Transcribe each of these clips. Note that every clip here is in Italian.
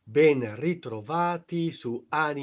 Ben ritrovati su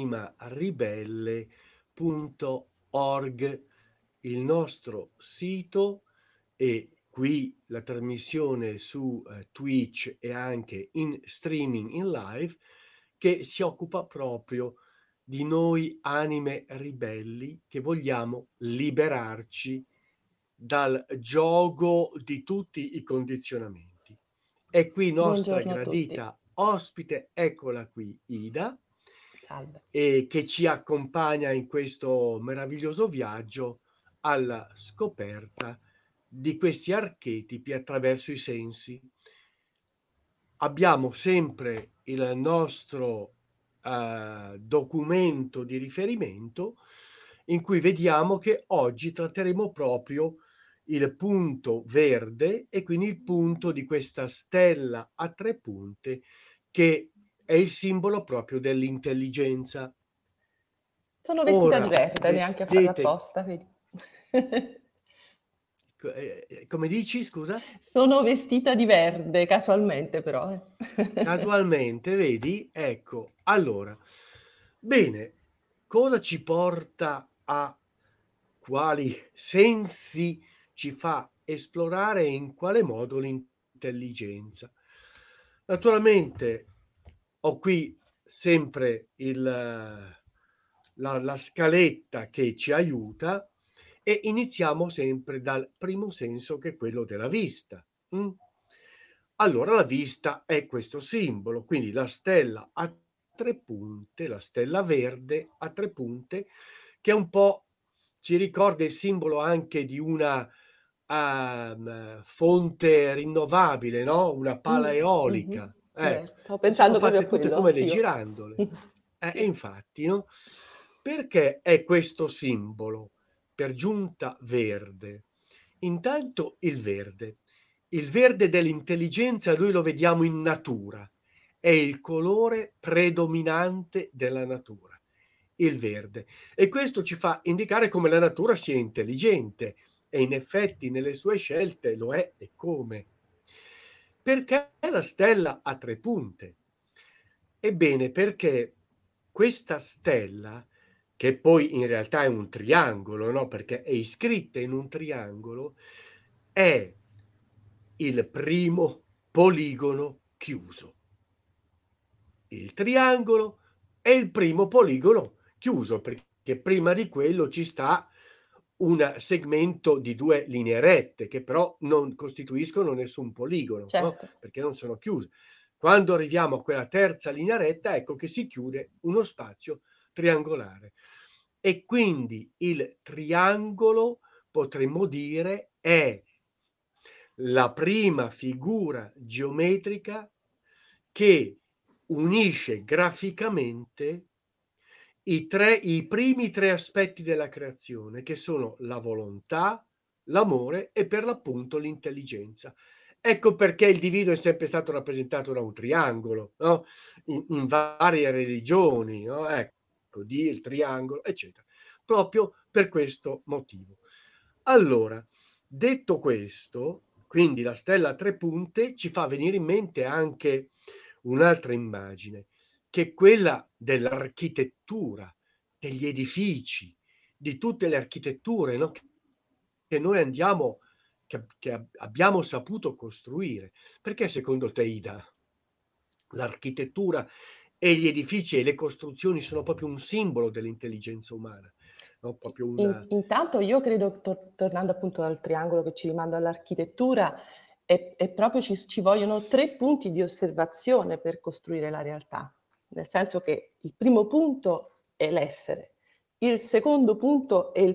animaribelle.org, il nostro sito, e qui la trasmissione su Twitch e anche in streaming in live, che si occupa proprio di noi anime ribelli che vogliamo liberarci dal giogo di tutti i condizionamenti. E qui nostra Buongiorno a tutti. gradita ospite, eccola qui Ida, Salve. che ci accompagna in questo meraviglioso viaggio alla scoperta di questi archetipi attraverso i sensi. Abbiamo sempre il nostro documento di riferimento in cui vediamo che oggi tratteremo proprio il punto verde e quindi il punto di questa stella a 3 punte che è il simbolo proprio dell'intelligenza. Sono vestita di Ora verde, neanche a farlo vedete apposta, vedi. come dici scusa? Sono vestita di verde, casualmente però, Casualmente, vedi? Ecco, allora, bene, cosa ci porta a quali sensi ci fa esplorare e in quale modo l'intelligenza? Naturalmente ho qui sempre la scaletta che ci aiuta e iniziamo sempre dal primo senso che è quello della vista. Allora la vista è questo simbolo, quindi la stella a 3 punte, la stella verde a 3 punte, che un po' ci ricorda il simbolo anche di una, fonte rinnovabile, no, una pala Mh-mh. eolica, Stavo e sono pensando proprio a fatte tutte quello come le anch'io. girandole. E Sì. infatti, no, perché è questo simbolo per giunta verde? Intanto il verde dell'intelligenza noi lo vediamo in natura, è il colore predominante della natura, il verde. E questo ci fa indicare come la natura sia intelligente e in effetti nelle sue scelte lo è e come. Perché la stella ha 3 punte? Ebbene, perché questa stella, che poi in realtà è un triangolo, no, perché è iscritta in un triangolo, è il primo poligono chiuso. Il triangolo è il primo poligono chiuso, perché prima di quello ci sta un segmento di 2 linee rette che però non costituiscono nessun poligono, no, Certo. perché non sono chiuse. Quando arriviamo a quella terza linea retta, ecco che si chiude uno spazio triangolare. E quindi il triangolo, potremmo dire, è la prima figura geometrica che unisce graficamente i primi 3 aspetti della creazione, che sono la volontà, l'amore e per l'appunto l'intelligenza. Ecco perché il divino è sempre stato rappresentato da un triangolo, no, in varie religioni, no, ecco, Dio, il triangolo, eccetera, proprio per questo motivo. Allora, detto questo, quindi la stella a 3 punte ci fa venire in mente anche un'altra immagine, che è quella dell'architettura, degli edifici, di tutte le architetture, no, che noi andiamo che abbiamo saputo costruire. Perché secondo te, Ida, l'architettura e gli edifici e le costruzioni sono proprio un simbolo dell'intelligenza umana, no, I proprio in un intanto io credo, tornando appunto al triangolo che ci rimanda all'architettura, è proprio ci vogliono 3 punti di osservazione per costruire la realtà. Nel senso che il primo punto è l'essere, il secondo punto è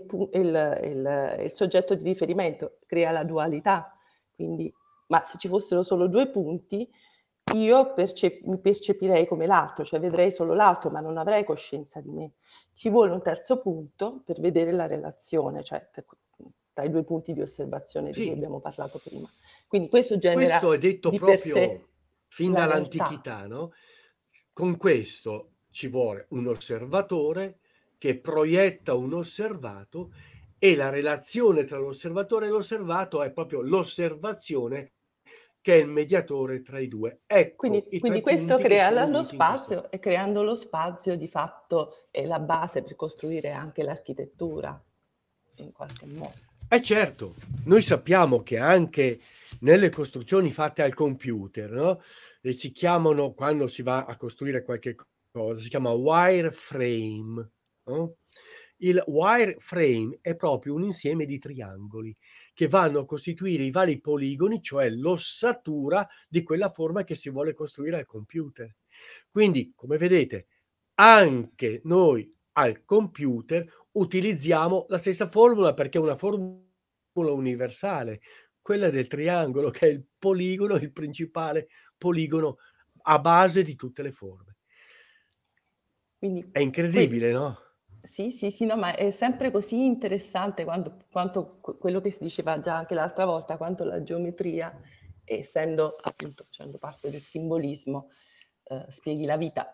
il soggetto di riferimento, crea la dualità. Quindi ma se ci fossero solo 2 punti, io mi percepirei come l'altro, cioè vedrei solo l'altro, ma non avrei coscienza di me. Ci vuole un terzo punto per vedere la relazione, cioè tra i 2 punti di osservazione di cui sì. abbiamo parlato prima. Quindi questo genera Questo è detto di per proprio sé fin la realtà. dall'antichità, no, con questo ci vuole un osservatore che proietta un osservato e la relazione tra l'osservatore e l'osservato è proprio l'osservazione che è il mediatore tra i due. Ecco i Quindi tre questo punti che crea sono lo uniti in questo. spazio, e creando lo spazio di fatto è la base per costruire anche l'architettura, in qualche modo. Certo, noi sappiamo che anche nelle costruzioni fatte al computer, no, si chiamano, quando si va a costruire qualche cosa, si chiama wireframe, no, il wireframe è proprio un insieme di triangoli che vanno a costituire i vari poligoni, cioè l'ossatura di quella forma che si vuole costruire al computer. Quindi, come vedete, anche noi al computer utilizziamo la stessa formula, perché è una formula universale, quella del triangolo, che è il poligono, il principale poligono a base di tutte le forme. Quindi È incredibile, no? sì, sì, sì, no, ma è sempre così interessante quanto quello che si diceva già anche l'altra volta, quanto la geometria, essendo appunto facendo parte del simbolismo, spieghi la vita.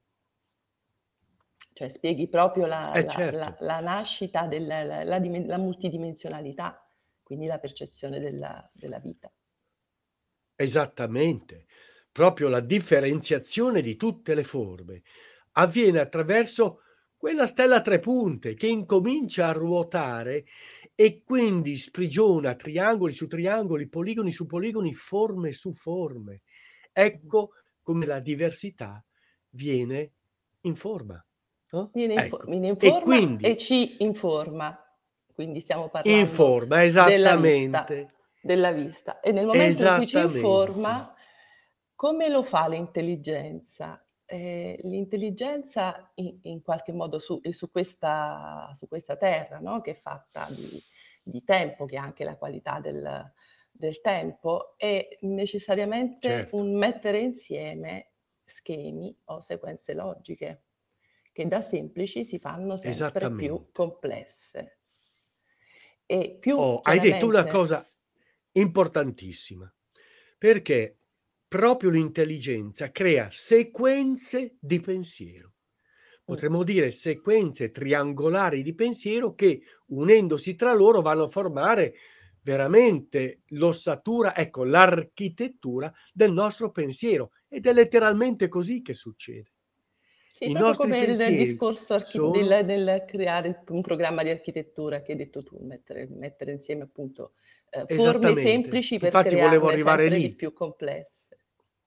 Cioè spieghi proprio Certo, la nascita la multidimensionalità, quindi la percezione della vita. esattamente. Proprio la differenziazione di tutte le forme avviene attraverso quella stella a 3 punte che incomincia a ruotare e quindi sprigiona triangoli su triangoli, poligoni su poligoni, forme su forme. Ecco come la diversità viene in forma, no, ecco. Viene in E forma quindi e ci informa, quindi stiamo in parlando forma, della vista, esattamente, della vista. E nel momento in cui ci esattamente. informa, come lo fa l'intelligenza? L'intelligenza in qualche modo su questa terra, no, che è fatta di tempo, che ha anche la qualità del tempo, è necessariamente Certo, un mettere insieme schemi o sequenze logiche, che da semplici si fanno sempre più esattamente. complesse. E più Hai detto una chiaramente cosa importantissima, perché proprio l'intelligenza crea sequenze di pensiero. mh. Potremmo dire sequenze triangolari di pensiero che, unendosi tra loro, vanno a formare veramente l'ossatura, ecco, l'architettura del nostro pensiero, ed è letteralmente così che succede. Sì, I proprio nostri come nel pensieri discorso sono nel creare un programma di architettura che hai detto tu, mettere insieme appunto, forme esattamente, semplici per infatti volevo crearne arrivare sempre di lì. più complesse.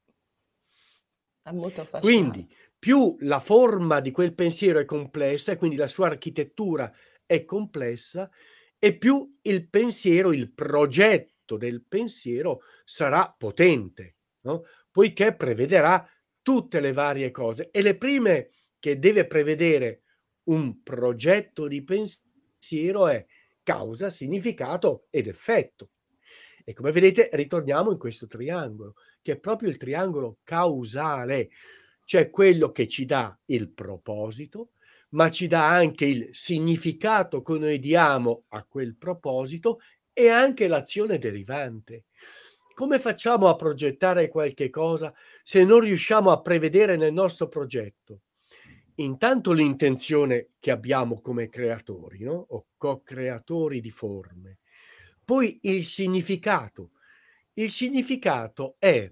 È molto Quindi affascinante. più la forma di quel pensiero è complessa e quindi la sua architettura è complessa, e più il pensiero, il progetto del pensiero sarà potente, no, poiché prevederà tutte le varie cose, e le prime che deve prevedere un progetto di pensiero è causa, significato ed effetto. E come vedete ritorniamo in questo triangolo, che è proprio il triangolo causale, cioè quello che ci dà il proposito, ma ci dà anche il significato che noi diamo a quel proposito e anche l'azione derivante. Come facciamo a progettare qualche cosa se non riusciamo a prevedere nel nostro progetto intanto l'intenzione che abbiamo come creatori, no, o co-creatori di forme, poi il significato. Il significato è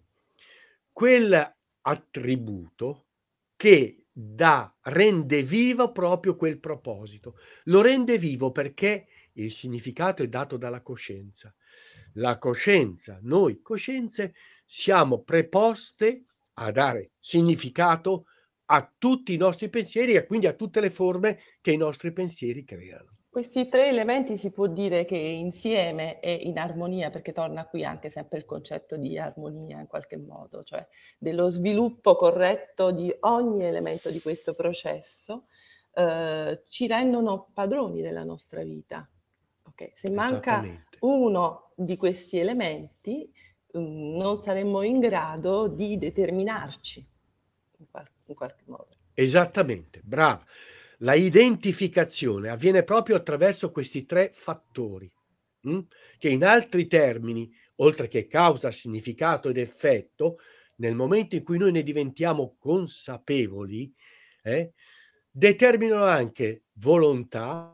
quell'attributo che rende vivo proprio quel proposito. Lo rende vivo perché il significato è dato dalla coscienza. La coscienza, noi coscienze, siamo preposte a dare significato a tutti i nostri pensieri e quindi a tutte le forme che i nostri pensieri creano. Questi 3 elementi si può dire che insieme e in armonia, perché torna qui anche sempre il concetto di armonia in qualche modo, cioè dello sviluppo corretto di ogni elemento di questo processo, ci rendono padroni della nostra vita. Okay, se manca Esattamente, uno di questi elementi, non saremmo in grado di determinarci in qualche modo. esattamente, brava. La identificazione avviene proprio attraverso questi 3 fattori, mh, che in altri termini, oltre che causa, significato ed effetto, nel momento in cui noi ne diventiamo consapevoli, determinano anche volontà,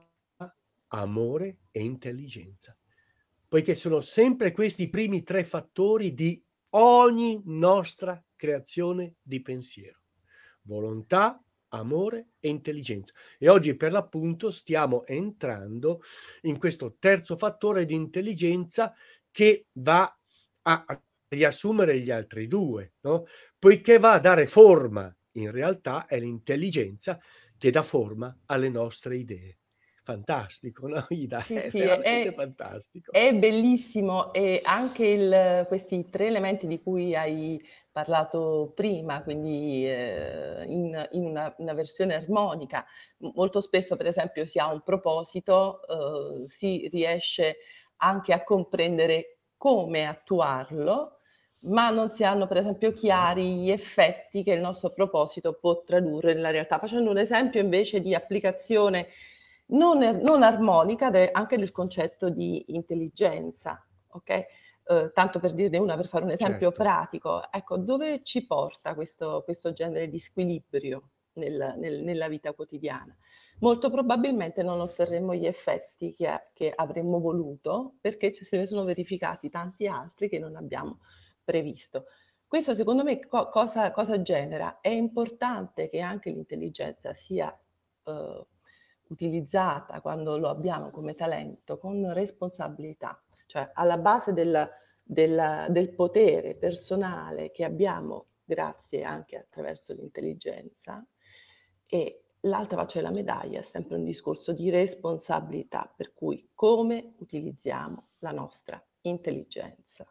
amore e intelligenza, poiché sono sempre questi i primi 3 fattori di ogni nostra creazione di pensiero. Volontà, amore e intelligenza. E oggi per l'appunto stiamo entrando in questo terzo fattore di intelligenza che va a riassumere gli altri due, no? Poiché va a dare forma, in realtà è l'intelligenza che dà forma alle nostre idee. Fantastico, no? Ida, Sì, è sì, veramente fantastico. è bellissimo, e anche questi 3 elementi di cui hai parlato prima, quindi, in una versione armonica. Molto spesso, per esempio, si ha un proposito, si riesce anche a comprendere come attuarlo, ma non si hanno, per esempio, Mh-mh. chiari gli effetti che il nostro proposito può tradurre nella realtà. Facendo un esempio invece di applicazione non armonica anche del concetto di intelligenza, okay? Tanto per dirne una, per fare un esempio Certo. pratico, ecco, dove ci porta questo genere di squilibrio nella vita quotidiana? Molto probabilmente non otterremo gli effetti che avremmo voluto, perché se ne sono verificati tanti altri che non abbiamo previsto. Questo secondo me cosa genera? È importante che anche l'intelligenza sia, uhm, utilizzata quando lo abbiamo come talento con responsabilità, cioè alla base del potere personale che abbiamo grazie anche attraverso l'intelligenza, e l'altra faccia della medaglia è sempre un discorso di responsabilità, per cui come utilizziamo la nostra intelligenza.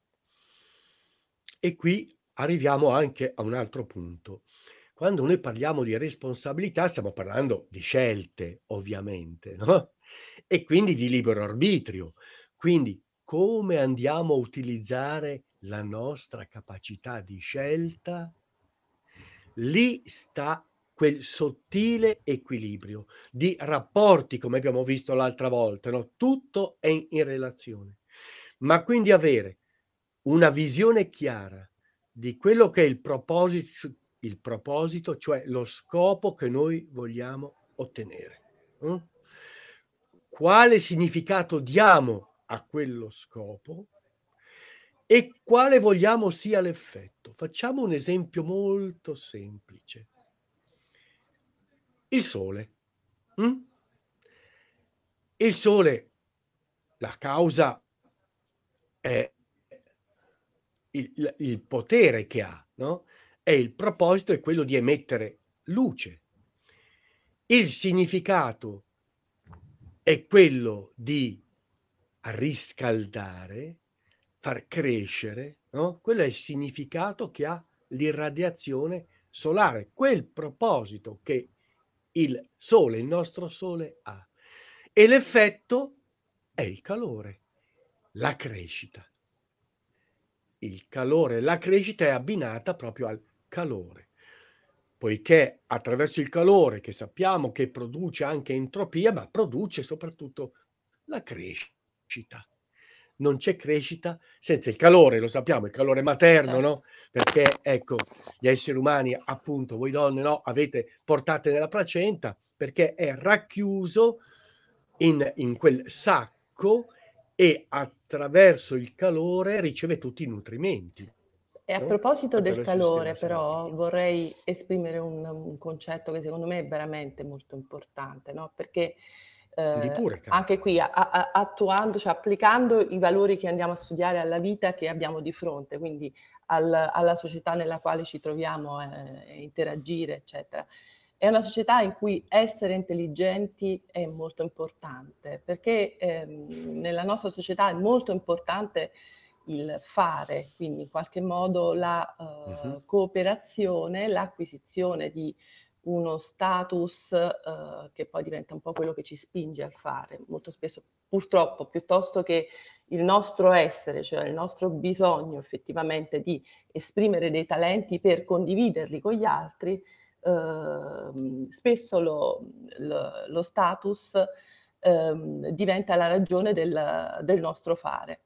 E qui arriviamo anche a un altro punto. Quando noi parliamo di responsabilità stiamo parlando di scelte, ovviamente, no, e quindi di libero arbitrio. Quindi come andiamo a utilizzare la nostra capacità di scelta, lì sta quel sottile equilibrio di rapporti, come abbiamo visto l'altra volta, no, tutto è in relazione. Ma quindi avere una visione chiara di quello che è il proposito, cioè lo scopo che noi vogliamo ottenere, quale significato diamo a quello scopo e quale vogliamo sia l'effetto. Facciamo un esempio molto semplice: il sole, mh? Il sole, la causa è il potere che ha, no, e il proposito è quello di emettere luce. Il significato è quello di riscaldare, far crescere, no, quello è il significato che ha l'irradiazione solare, quel proposito che il sole, il nostro sole ha. E l'effetto è il calore, la crescita. Il calore, la crescita è abbinata proprio al calore, poiché attraverso il calore, che sappiamo che produce anche entropia, ma produce soprattutto la crescita. Non c'è crescita senza il calore, lo sappiamo, il calore materno, Certo. no, perché ecco, gli esseri umani, appunto, voi donne, no, avete portate nella placenta perché è racchiuso in quel sacco e attraverso il calore riceve tutti i nutrimenti, E a no, proposito del attraverso il sistema calore però, sanguigno. vorrei esprimere un concetto che secondo me è veramente molto importante, no, perché, Di pure, cara. anche qui attuando, cioè applicando i valori che andiamo a studiare alla vita che abbiamo di fronte, quindi alla società nella quale ci troviamo, e interagire, eccetera. È una società in cui essere intelligenti è molto importante, perché, nella nostra società è molto importante il fare, quindi in qualche modo la, Mh-mh. cooperazione, l'acquisizione di uno status, che poi diventa un po' quello che ci spinge al fare. Molto spesso, purtroppo, piuttosto che il nostro essere, cioè il nostro bisogno effettivamente di esprimere dei talenti per condividerli con gli altri, spesso lo status, diventa la ragione del nostro fare.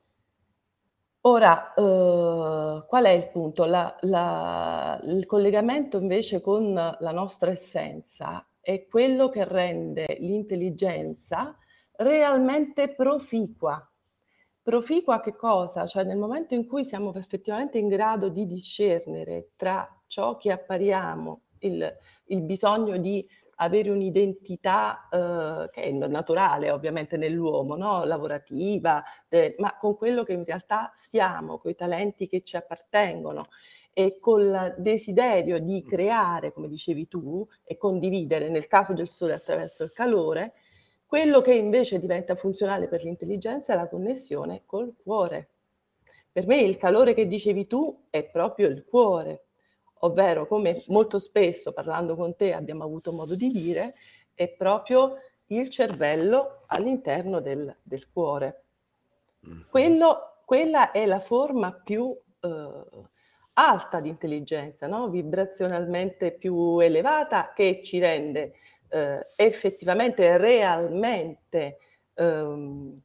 Ora, qual è il punto? Il collegamento invece con la nostra essenza è quello che rende l'intelligenza realmente proficua. proficua che cosa? Cioè nel momento in cui siamo effettivamente in grado di discernere tra ciò che appariamo, il bisogno di avere un'identità, che è naturale ovviamente nell'uomo, no, lavorativa, ma con quello che in realtà siamo, coi talenti che ci appartengono e col desiderio di creare, come dicevi tu, e condividere, nel caso del sole attraverso il calore, quello che invece diventa funzionale per l'intelligenza è la connessione col cuore. Per me il calore che dicevi tu è proprio il cuore, ovvero come Sì. molto spesso parlando con te abbiamo avuto modo di dire, è proprio il cervello all'interno del cuore. Mh-mh. Quella è la forma più alta di intelligenza, no? Vibrazionalmente più elevata, che ci rende effettivamente, realmente ehm,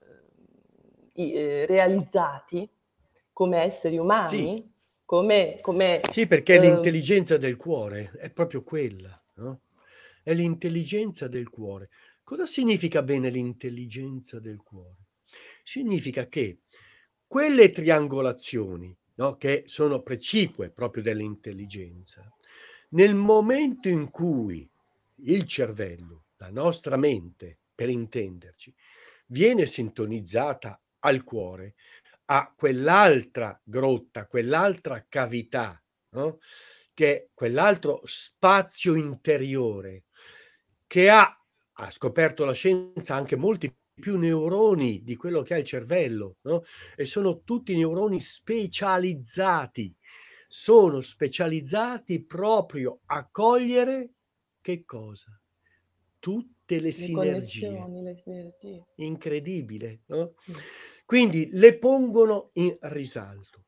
realizzati come esseri Sì. umani, come Sì, perché l'intelligenza del cuore è proprio quella, no, è l'intelligenza del cuore. Cosa significa bene l'intelligenza del cuore? Significa che quelle triangolazioni, no, che sono precipue proprio dell'intelligenza, nel momento in cui il cervello, la nostra mente, per intenderci, viene sintonizzata al cuore, a quell'altra grotta, quell'altra cavità, no, che è quell'altro spazio interiore che ha scoperto la scienza, anche molti più neuroni di quello che ha il cervello, no, e sono tutti neuroni specializzati. Sono specializzati proprio a cogliere che cosa? Tutte le le sinergie. connessioni, le sinergie. Incredibile, no, Mh. quindi le pongono in risalto.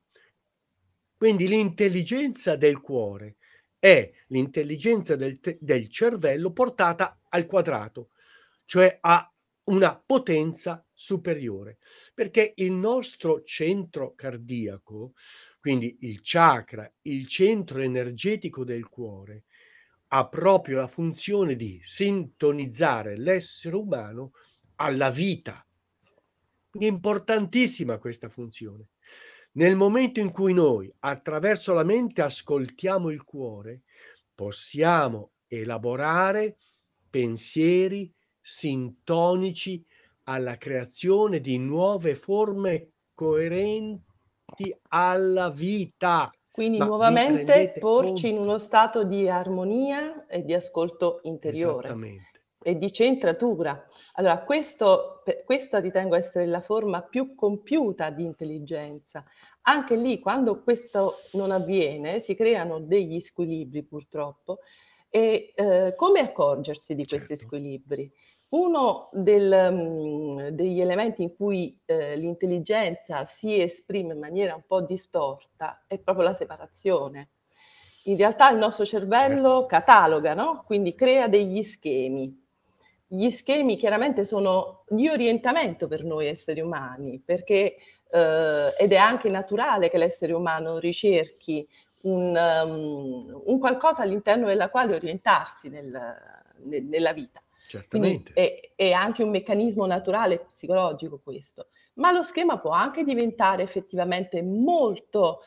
Quindi l'intelligenza del cuore è l'intelligenza del cervello portata al quadrato, cioè a una potenza superiore, perché il nostro centro cardiaco, quindi il chakra, il centro energetico del cuore, ha proprio la funzione di sintonizzare l'essere umano alla vita. Quindi è importantissima questa funzione. Nel momento in cui noi, attraverso la mente, ascoltiamo il cuore, possiamo elaborare pensieri sintonici alla creazione di nuove forme coerenti alla vita. Quindi Ma vi nuovamente rendete porci in conto? uno stato di armonia e di ascolto interiore Esattamente. e di centratura. Allora, questa ritengo essere la forma più compiuta di intelligenza. Anche lì, quando questo non avviene, si creano degli squilibri purtroppo. E come accorgersi di questi Certo. squilibri? Uno degli elementi in cui l'intelligenza si esprime in maniera un po' distorta è proprio la separazione. In realtà il nostro Certo. cervello cataloga, no, quindi crea degli schemi. Gli schemi chiaramente sono di orientamento per noi esseri umani, perché ed è anche naturale che l'essere umano ricerchi un qualcosa all'interno della quale orientarsi nella vita. Quindi Certamente. è anche un meccanismo naturale psicologico questo. Ma lo schema può anche diventare effettivamente molto,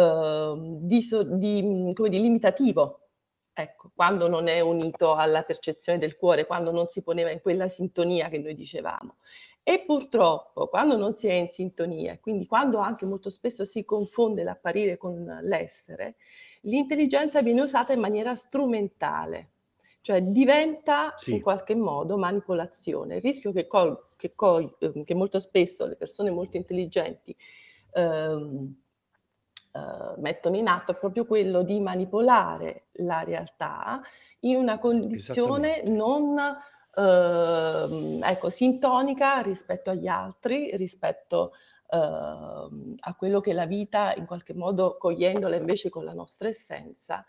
come dire, limitativo. Ecco, quando non è unito alla percezione del cuore, quando non si poneva in quella sintonia che noi dicevamo. E purtroppo quando non si è in sintonia, quindi quando anche molto spesso si confonde l'apparire con l'essere, l'intelligenza viene usata in maniera strumentale, cioè diventa in Sì. qualche modo manipolazione. Il rischio che molto spesso le persone molto intelligenti ehm, mettono in atto è proprio quello di manipolare la realtà in una condizione Esattamente. non ecco, sintonica rispetto agli altri, rispetto a quello che la vita in qualche modo, cogliendola invece con la nostra essenza,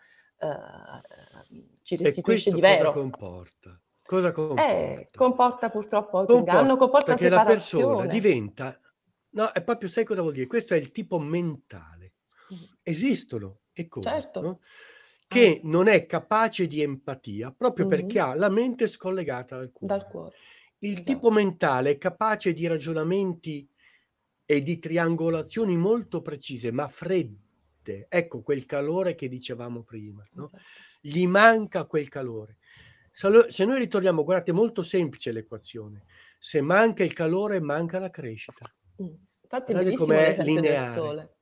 ci E restituisce di questo cosa vero. comporta? Cosa comporta? Comporta purtroppo autoinganno, Comporta comporta che la persona separazione. diventa, no, è proprio, sai cosa vuol dire? Questo è il tipo mentale. Mh, Esistono, eccome, certo. no, Ah, che non è capace di empatia proprio mh-mh, perché ha la mente scollegata dal dal cuore. cuore. Il tipo Esatto. mentale è capace di ragionamenti e di triangolazioni molto precise, ma fredde. Ecco quel calore che dicevamo prima, no, Esatto. gli manca quel calore. Se noi ritorniamo, guardate, è molto semplice l'equazione: se manca il calore, manca la crescita. Infatti è Guardate bellissimo com'è l'esempio del lineare. sole.